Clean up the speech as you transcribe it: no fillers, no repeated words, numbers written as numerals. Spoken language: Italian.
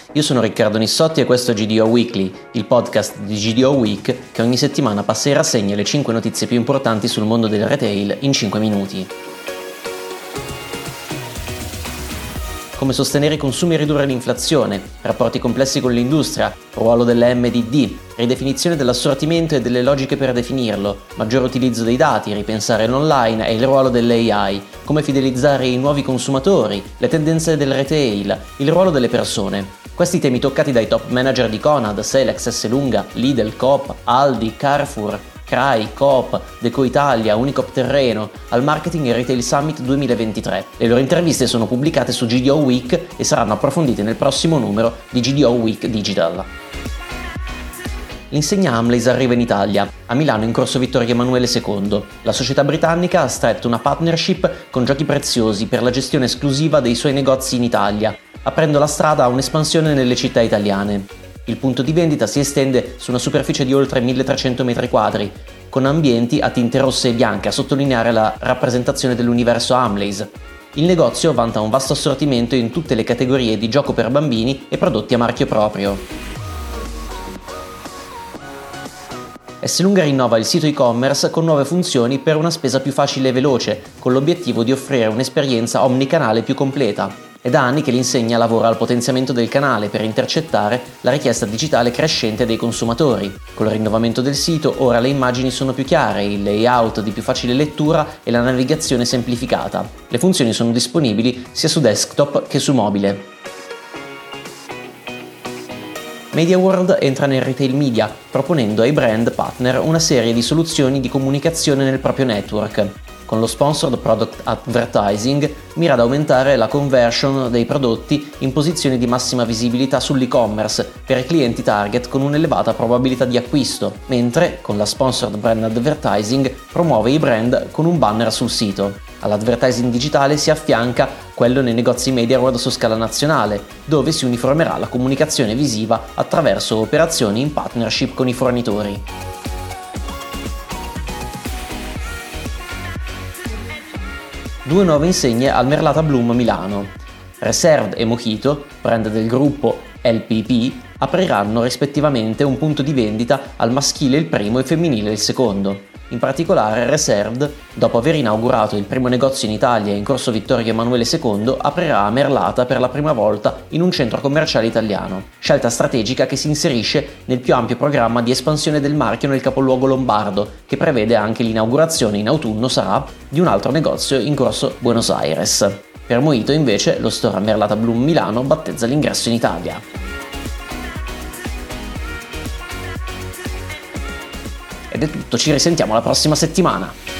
Io sono Riccardo Nissotti e questo è GDO Weekly, il podcast di GDO Week che ogni settimana passa in rassegna le 5 notizie più importanti sul mondo del retail in 5 minuti. Come sostenere i consumi e ridurre l'inflazione, rapporti complessi con l'industria, ruolo dell'MDD, ridefinizione dell'assortimento e delle logiche per definirlo, maggior utilizzo dei dati, ripensare l'online e il ruolo dell'AI, come fidelizzare i nuovi consumatori, le tendenze del retail, il ruolo delle persone. Questi temi toccati dai top manager di Conad, Selex, Esselunga, Lidl, Coop, Aldi, Carrefour, CRAI, Coop, Deco Italia, Unicoop Terreno, al Marketing e Retail Summit 2023. Le loro interviste sono pubblicate su GDO Week e saranno approfondite nel prossimo numero di GDO Week Digital. L'insegna Hamleys arriva in Italia, a Milano in corso Vittorio Emanuele II. La società britannica ha stretto una partnership con Giochi Preziosi per la gestione esclusiva dei suoi negozi in Italia, aprendo la strada a un'espansione nelle città italiane. Il punto di vendita si estende su una superficie di oltre 1300 m2, con ambienti a tinte rosse e bianche a sottolineare la rappresentazione dell'universo Hamleys. Il negozio vanta un vasto assortimento in tutte le categorie di gioco per bambini e prodotti a marchio proprio. Esselunga rinnova il sito e-commerce con nuove funzioni per una spesa più facile e veloce, con l'obiettivo di offrire un'esperienza omnicanale più completa. È da anni che l'insegna lavora al potenziamento del canale per intercettare la richiesta digitale crescente dei consumatori. Con il rinnovamento del sito, ora le immagini sono più chiare, il layout di più facile lettura e la navigazione semplificata. Le funzioni sono disponibili sia su desktop che su mobile. MediaWorld entra nel retail media, proponendo ai brand partner una serie di soluzioni di comunicazione nel proprio network. Con lo Sponsored Product Advertising mira ad aumentare la conversion dei prodotti in posizioni di massima visibilità sull'e-commerce per i clienti target con un'elevata probabilità di acquisto, mentre con la Sponsored Brand Advertising promuove i brand con un banner sul sito. All'advertising digitale si affianca quello nei negozi MediaWorld su scala nazionale, dove si uniformerà la comunicazione visiva attraverso operazioni in partnership con i fornitori. Due nuove insegne al Merlata Bloom Milano. Reserved e Mojito, brand del gruppo LPP, apriranno rispettivamente un punto di vendita al maschile il primo e femminile il secondo. In particolare Reserved, dopo aver inaugurato il primo negozio in Italia in corso Vittorio Emanuele II, aprirà a Merlata per la prima volta in un centro commerciale italiano. Scelta strategica che si inserisce nel più ampio programma di espansione del marchio nel capoluogo lombardo, che prevede anche l'inaugurazione in autunno sarà di un altro negozio in corso Buenos Aires. Per Mojito invece lo store a Merlata Bloom Milano battezza l'ingresso in Italia. Ed è tutto, ci risentiamo la prossima settimana.